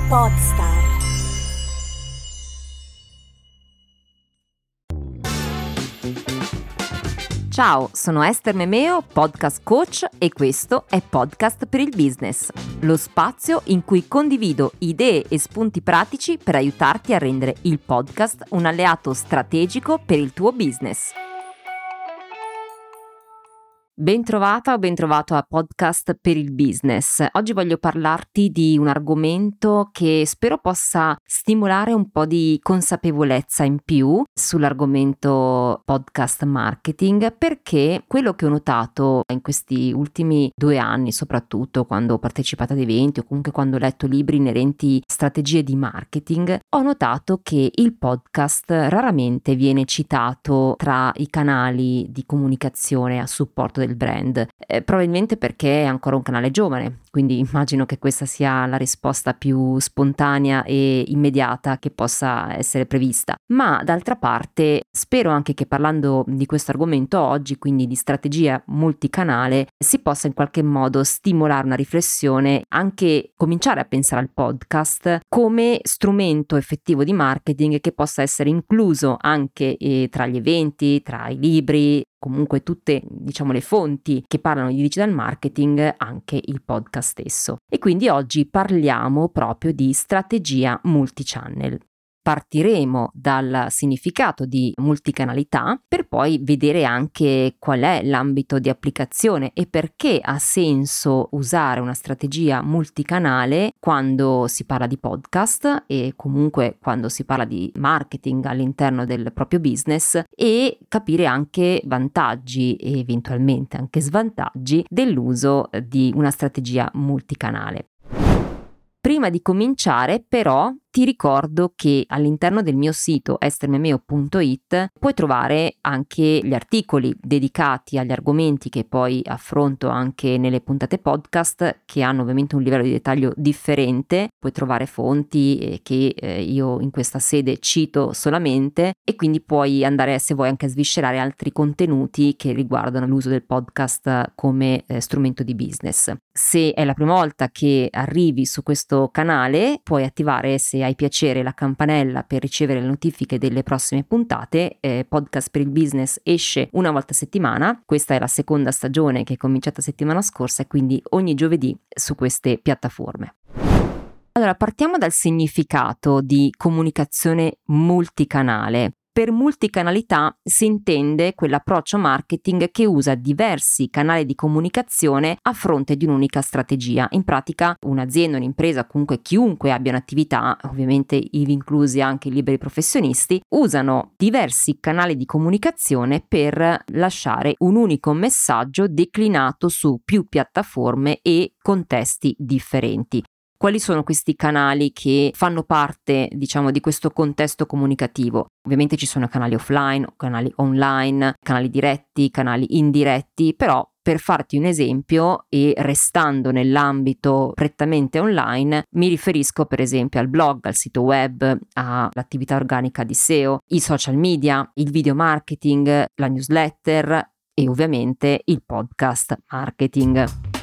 Podstar. Ciao, sono Esther Memeo, podcast coach, e questo è Podcast per il Business, lo spazio in cui condivido idee e spunti pratici per aiutarti a rendere il podcast un alleato strategico per il tuo business. Bentrovata o bentrovato a Podcast per il Business. Oggi voglio parlarti di un argomento che spero possa stimolare un po' di consapevolezza in più sull'argomento podcast marketing, perché quello che ho notato in questi ultimi 2 anni, soprattutto quando ho partecipato ad eventi o comunque quando ho letto libri inerenti a strategie di marketing, ho notato che il podcast raramente viene citato tra i canali di comunicazione a supporto del brand, probabilmente perché è ancora un canale giovane, quindi immagino che questa sia la risposta più spontanea e immediata che possa essere prevista. Ma d'altra parte spero anche che, parlando di questo argomento oggi, quindi di strategia multicanale, si possa in qualche modo stimolare una riflessione, anche cominciare a pensare al podcast come strumento effettivo di marketing che possa essere incluso anche tra gli eventi, tra i libri, comunque tutte, le fonti che parlano di digital marketing, anche il podcast stesso. E quindi oggi parliamo proprio di strategia multichannel. Partiremo dal significato di multicanalità per poi vedere anche qual è l'ambito di applicazione e perché ha senso usare una strategia multicanale quando si parla di podcast e comunque quando si parla di marketing all'interno del proprio business, e capire anche vantaggi e eventualmente anche svantaggi dell'uso di una strategia multicanale. Prima di cominciare, però, ti ricordo che all'interno del mio sito estermemeo.it puoi trovare anche gli articoli dedicati agli argomenti che poi affronto anche nelle puntate podcast, che hanno ovviamente un livello di dettaglio differente. Puoi trovare fonti che io in questa sede cito solamente, e quindi puoi andare, se vuoi, anche a sviscerare altri contenuti che riguardano l'uso del podcast come strumento di business. Se è la prima volta che arrivi su questo canale, puoi attivare, se hai piacere, la campanella per ricevere le notifiche delle prossime puntate. Podcast per il Business esce una volta a settimana. Questa è la seconda stagione che è cominciata settimana scorsa, e quindi ogni giovedì su queste piattaforme. Allora, partiamo dal significato di comunicazione multicanale. Per multicanalità si intende quell'approccio marketing che usa diversi canali di comunicazione a fronte di un'unica strategia. In pratica, un'azienda, un'impresa, comunque chiunque abbia un'attività, ovviamente ivi inclusi anche i liberi professionisti, usano diversi canali di comunicazione per lasciare un unico messaggio declinato su più piattaforme e contesti differenti. Quali sono questi canali che fanno parte, di questo contesto comunicativo? Ovviamente ci sono canali offline, canali online, canali diretti, canali indiretti, però per farti un esempio, e restando nell'ambito prettamente online, mi riferisco per esempio al blog, al sito web, all'attività organica di SEO, i social media, il video marketing, la newsletter e ovviamente il podcast marketing.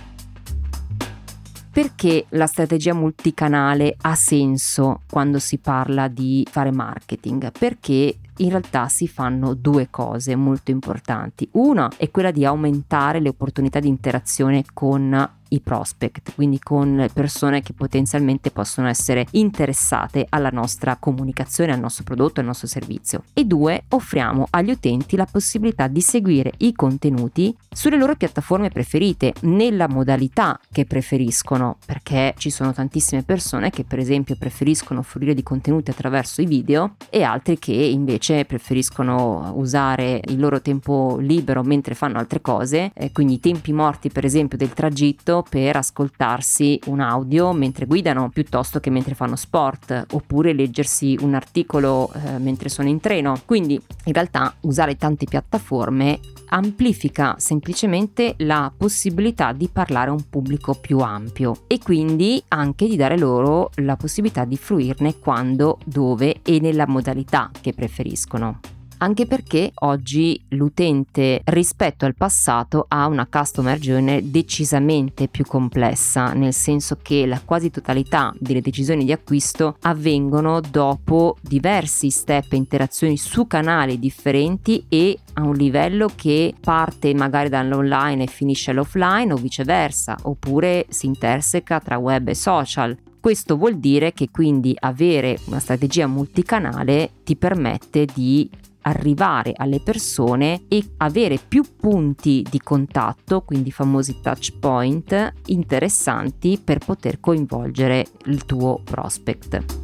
Perché la strategia multicanale ha senso quando si parla di fare marketing? Perché in realtà si fanno 2 cose molto importanti. Una è quella di aumentare le opportunità di interazione con i prospect, quindi con le persone che potenzialmente possono essere interessate alla nostra comunicazione, al nostro prodotto, al nostro servizio. E 2, offriamo agli utenti la possibilità di seguire i contenuti sulle loro piattaforme preferite, nella modalità che preferiscono, perché ci sono tantissime persone che per esempio preferiscono fruire di contenuti attraverso i video, e altri che invece preferiscono usare il loro tempo libero mentre fanno altre cose, quindi i tempi morti per esempio del tragitto per ascoltarsi un audio mentre guidano piuttosto che mentre fanno sport, oppure leggersi un articolo mentre sono in treno. Quindi in realtà usare tante piattaforme amplifica semplicemente la possibilità di parlare a un pubblico più ampio, e quindi anche di dare loro la possibilità di fruirne quando, dove e nella modalità che preferiscono. anche perché oggi l'utente rispetto al passato ha una customer journey decisamente più complessa, nel senso che la quasi totalità delle decisioni di acquisto avvengono dopo diversi step e interazioni su canali differenti e a un livello che parte magari dall'online e finisce all'offline o viceversa, oppure si interseca tra web e social. Questo vuol dire che quindi avere una strategia multicanale ti permette di arrivare alle persone e avere più punti di contatto, quindi famosi touch point interessanti per poter coinvolgere il tuo prospect.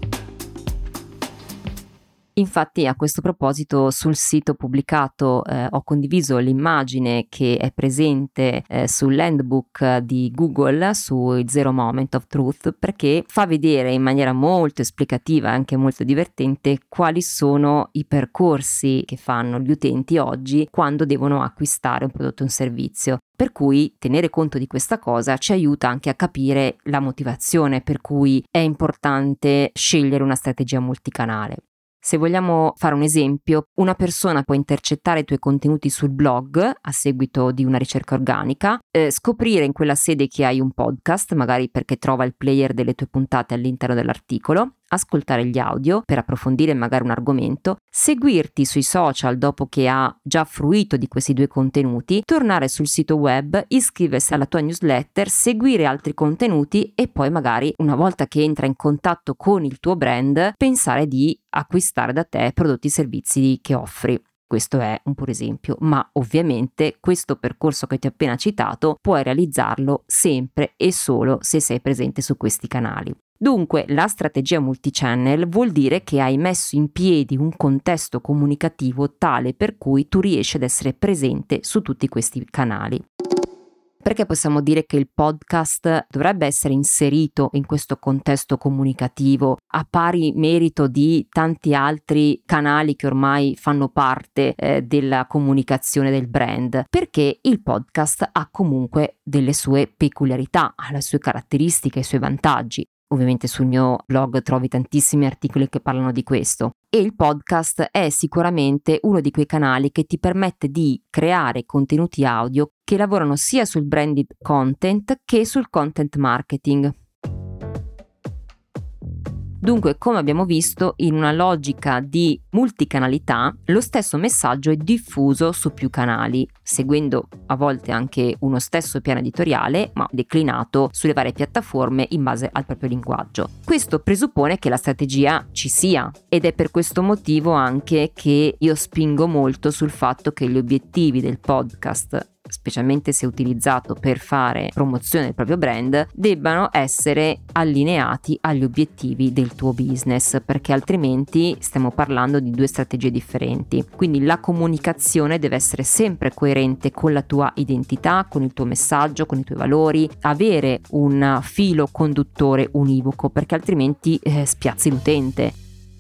Infatti a questo proposito sul sito pubblicato ho condiviso l'immagine che è presente sull'handbook di Google sui Zero Moment of Truth, perché fa vedere in maniera molto esplicativa e anche molto divertente quali sono i percorsi che fanno gli utenti oggi quando devono acquistare un prodotto o un servizio. Per cui tenere conto di questa cosa ci aiuta anche a capire la motivazione per cui è importante scegliere una strategia multicanale. Se vogliamo fare un esempio, una persona può intercettare i tuoi contenuti sul blog a seguito di una ricerca organica, scoprire in quella sede che hai un podcast, magari perché trova il player delle tue puntate all'interno dell'articolo, ascoltare gli audio per approfondire magari un argomento, seguirti sui social dopo che ha già fruito di questi due contenuti, tornare sul sito web, iscriversi alla tua newsletter, seguire altri contenuti e poi magari una volta che entra in contatto con il tuo brand pensare di acquistare da te prodotti e servizi che offri. Questo è un puro esempio, ma ovviamente questo percorso che ti ho appena citato puoi realizzarlo sempre e solo se sei presente su questi canali. Dunque, la strategia multichannel vuol dire che hai messo in piedi un contesto comunicativo tale per cui tu riesci ad essere presente su tutti questi canali. Perché possiamo dire che il podcast dovrebbe essere inserito in questo contesto comunicativo a pari merito di tanti altri canali che ormai fanno parte della comunicazione del brand? Perché il podcast ha comunque delle sue peculiarità, ha le sue caratteristiche, i suoi vantaggi. Ovviamente sul mio blog trovi tantissimi articoli che parlano di questo e il podcast è sicuramente uno di quei canali che ti permette di creare contenuti audio che lavorano sia sul branded content che sul content marketing. Dunque, come abbiamo visto, in una logica di multicanalità, lo stesso messaggio è diffuso su più canali, seguendo a volte anche uno stesso piano editoriale, ma declinato sulle varie piattaforme in base al proprio linguaggio. Questo presuppone che la strategia ci sia ed è per questo motivo anche che io spingo molto sul fatto che gli obiettivi del podcast, specialmente se utilizzato per fare promozione del proprio brand, debbano essere allineati agli obiettivi del tuo business, perché altrimenti stiamo parlando di due strategie differenti. Quindi la comunicazione deve essere sempre coerente con la tua identità, con il tuo messaggio, con i tuoi valori, avere un filo conduttore univoco, perché altrimenti spiazzi l'utente.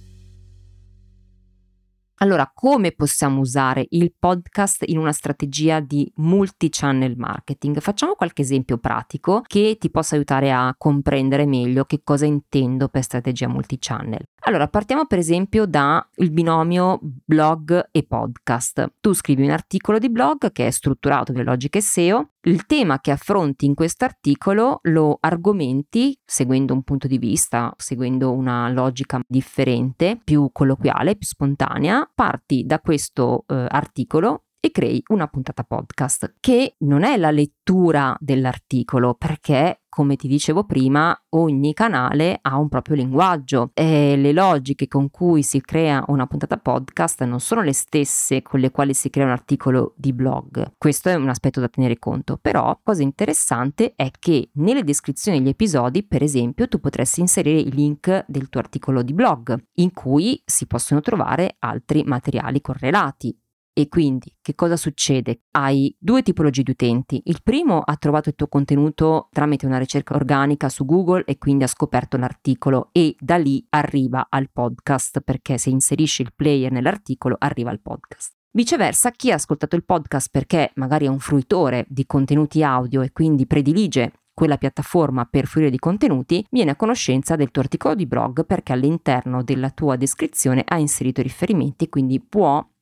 Allora, come possiamo usare il podcast in una strategia di multi-channel marketing? Facciamo qualche esempio pratico che ti possa aiutare a comprendere meglio che cosa intendo per strategia multi-channel. Allora, partiamo per esempio dal binomio blog e podcast. Tu scrivi un articolo di blog che è strutturato per logiche SEO. Il tema che affronti in questo articolo lo argomenti seguendo un punto di vista, seguendo una logica differente, più colloquiale, più spontanea. Parti da questo articolo e crei una puntata podcast che non è la lettura dell'articolo, perché come ti dicevo prima ogni canale ha un proprio linguaggio e le logiche con cui si crea una puntata podcast non sono le stesse con le quali si crea un articolo di blog. Questo è un aspetto da tenere conto, però cosa interessante è che nelle descrizioni degli episodi, per esempio, tu potresti inserire il link del tuo articolo di blog in cui si possono trovare altri materiali correlati. E quindi che cosa succede? Hai due tipologie di utenti. Il primo ha trovato il tuo contenuto tramite una ricerca organica su Google e quindi ha scoperto l'articolo e da lì arriva al podcast, perché se inserisci il player nell'articolo arriva al podcast. Viceversa, chi ha ascoltato il podcast perché magari è un fruitore di contenuti audio e quindi predilige quella piattaforma per fruire di contenuti, viene a conoscenza del tuo articolo di blog perché all'interno della tua descrizione ha inserito i riferimenti e quindi può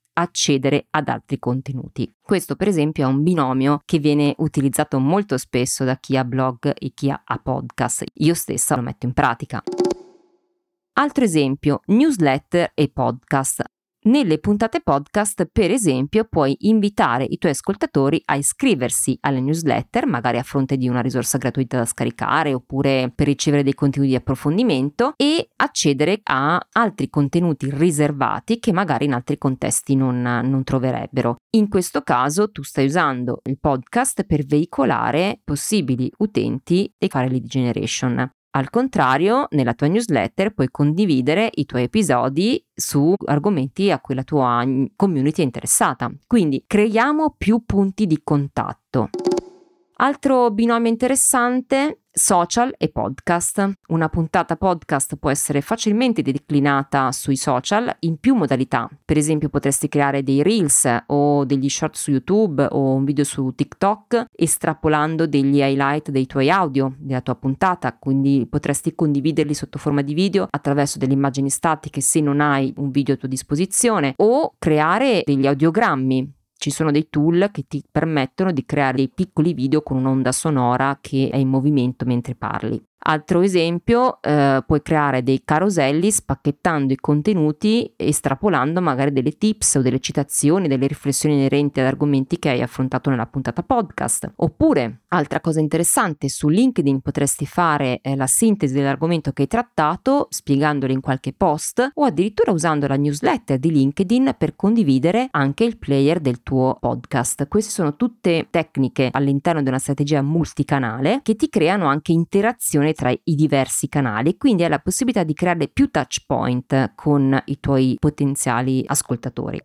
accedere ad altri contenuti. Questo per esempio è un binomio che viene utilizzato molto spesso da chi ha blog e chi ha podcast. Io stessa lo metto in pratica. Altro esempio, newsletter e podcast. Nelle puntate podcast, per esempio, puoi invitare i tuoi ascoltatori a iscriversi alle newsletter, magari a fronte di una risorsa gratuita da scaricare oppure per ricevere dei contenuti di approfondimento e accedere a altri contenuti riservati che magari in altri contesti non troverebbero. In questo caso tu stai usando il podcast per veicolare possibili utenti e fare lead generation. Al contrario, nella tua newsletter puoi condividere i tuoi episodi su argomenti a cui la tua community è interessata. Quindi creiamo più punti di contatto. Altro binomio interessante, social e podcast. Una puntata podcast può essere facilmente declinata sui social in più modalità. Per esempio potresti creare dei reels o degli short su YouTube o un video su TikTok estrapolando degli highlight dei tuoi audio, della tua puntata, quindi potresti condividerli sotto forma di video attraverso delle immagini statiche se non hai un video a tua disposizione o creare degli audiogrammi. Ci sono dei tool che ti permettono di creare dei piccoli video con un'onda sonora che è in movimento mentre parli. Altro esempio, puoi creare dei caroselli spacchettando i contenuti, estrapolando magari delle tips o delle citazioni, delle riflessioni inerenti ad argomenti che hai affrontato nella puntata podcast. Oppure, altra cosa interessante, su LinkedIn potresti fare la sintesi dell'argomento che hai trattato, spiegandolo in qualche post o addirittura usando la newsletter di LinkedIn per condividere anche il player del tuo podcast. Queste sono tutte tecniche all'interno di una strategia multicanale che ti creano anche interazione tra i diversi canali, quindi hai la possibilità di creare più touch point con i tuoi potenziali ascoltatori.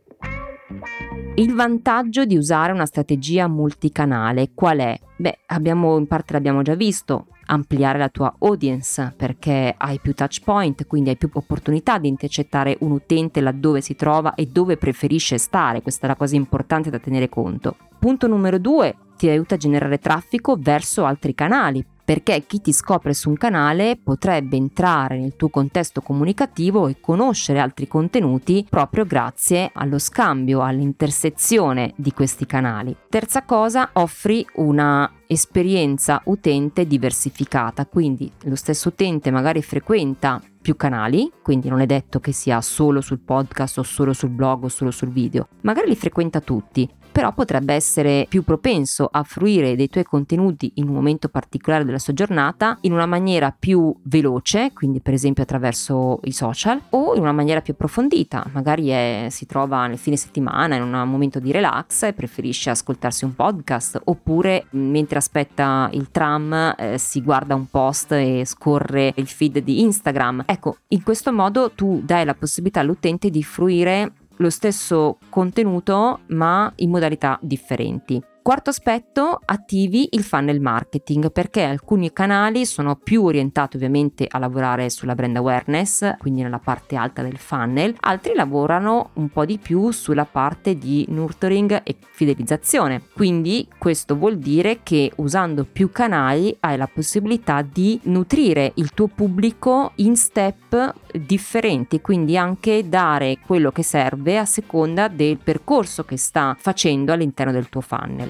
Il vantaggio di usare una strategia multicanale qual è? L'abbiamo già visto, ampliare la tua audience perché hai più touch point, quindi hai più opportunità di intercettare un utente laddove si trova e dove preferisce stare, questa è la cosa importante da tenere conto. Punto numero 2, ti aiuta a generare traffico verso altri canali, perché chi ti scopre su un canale potrebbe entrare nel tuo contesto comunicativo e conoscere altri contenuti proprio grazie allo scambio, all'intersezione di questi canali. Terza cosa, offri una esperienza utente diversificata, quindi lo stesso utente magari frequenta più canali, quindi non è detto che sia solo sul podcast o solo sul blog o solo sul video, magari li frequenta tutti, però potrebbe essere più propenso a fruire dei tuoi contenuti in un momento particolare della sua giornata in una maniera più veloce, quindi per esempio attraverso i social, o in una maniera più approfondita, magari si trova nel fine settimana in un momento di relax e preferisce ascoltarsi un podcast, oppure mentre aspetta il tram si guarda un post e scorre il feed di Instagram. Ecco, in questo modo tu dai la possibilità all'utente di fruire lo stesso contenuto ma in modalità differenti. Quarto aspetto, attivi il funnel marketing, perché alcuni canali sono più orientati ovviamente a lavorare sulla brand awareness, quindi nella parte alta del funnel, altri lavorano un po' di più sulla parte di nurturing e fidelizzazione. Quindi questo vuol dire che usando più canali hai la possibilità di nutrire il tuo pubblico in step differenti, quindi anche dare quello che serve a seconda del percorso che sta facendo all'interno del tuo funnel.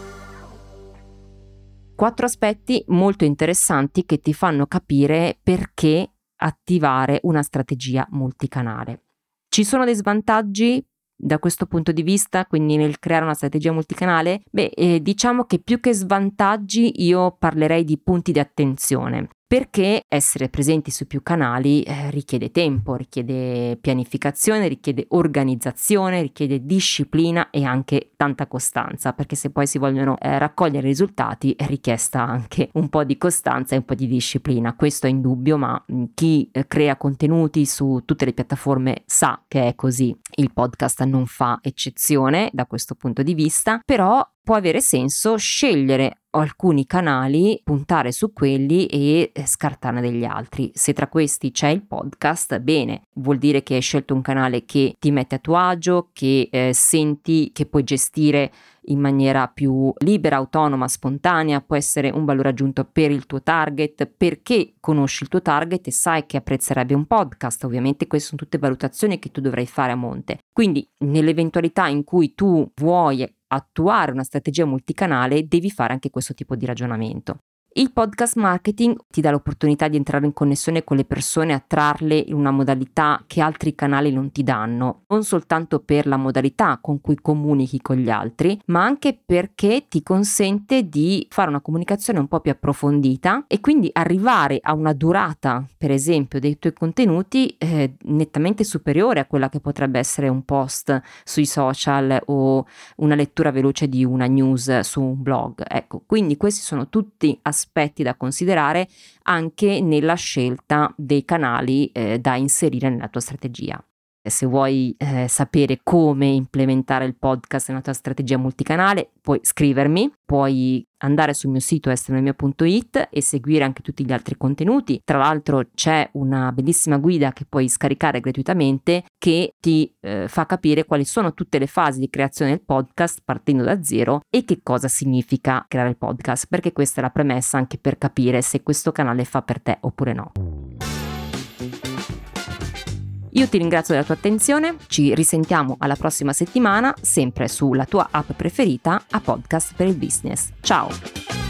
4 aspetti molto interessanti che ti fanno capire perché attivare una strategia multicanale. Ci sono dei svantaggi da questo punto di vista, quindi nel creare una strategia multicanale? Diciamo che più che svantaggi io parlerei di punti di attenzione. Perché essere presenti su più canali richiede tempo, richiede pianificazione, richiede organizzazione, richiede disciplina e anche tanta costanza, perché se poi si vogliono raccogliere risultati è richiesta anche un po' di costanza e un po' di disciplina. Questo è indubbio, ma chi crea contenuti su tutte le piattaforme sa che è così. Il podcast non fa eccezione da questo punto di vista, però può avere senso scegliere alcuni canali, puntare su quelli e scartarne degli altri. Se tra questi c'è il podcast, bene, vuol dire che hai scelto un canale che ti mette a tuo agio, che senti che puoi gestire in maniera più libera, autonoma, spontanea, può essere un valore aggiunto per il tuo target, perché conosci il tuo target e sai che apprezzerebbe un podcast. Ovviamente queste sono tutte valutazioni che tu dovrai fare a monte. Quindi nell'eventualità in cui tu vuoi attuare una strategia multicanale, devi fare anche questo tipo di ragionamento. Il podcast marketing ti dà l'opportunità di entrare in connessione con le persone, attrarle in una modalità che altri canali non ti danno, non soltanto per la modalità con cui comunichi con gli altri, ma anche perché ti consente di fare una comunicazione un po' più approfondita e quindi arrivare a una durata, per esempio, dei tuoi contenuti nettamente superiore a quella che potrebbe essere un post sui social o una lettura veloce di una news su un blog. Ecco, quindi questi sono tutti aspetti da considerare anche nella scelta dei canali da inserire nella tua strategia. Se vuoi sapere come implementare il podcast nella tua strategia multicanale, puoi scrivermi, puoi andare sul mio sito estronomia.it e seguire anche tutti gli altri contenuti. Tra l'altro c'è una bellissima guida che puoi scaricare gratuitamente che ti fa capire quali sono tutte le fasi di creazione del podcast partendo da zero e che cosa significa creare il podcast, perché questa è la premessa anche per capire se questo canale fa per te oppure no. Io ti ringrazio della tua attenzione, ci risentiamo alla prossima settimana, sempre sulla tua app preferita a Podcast per il Business. Ciao!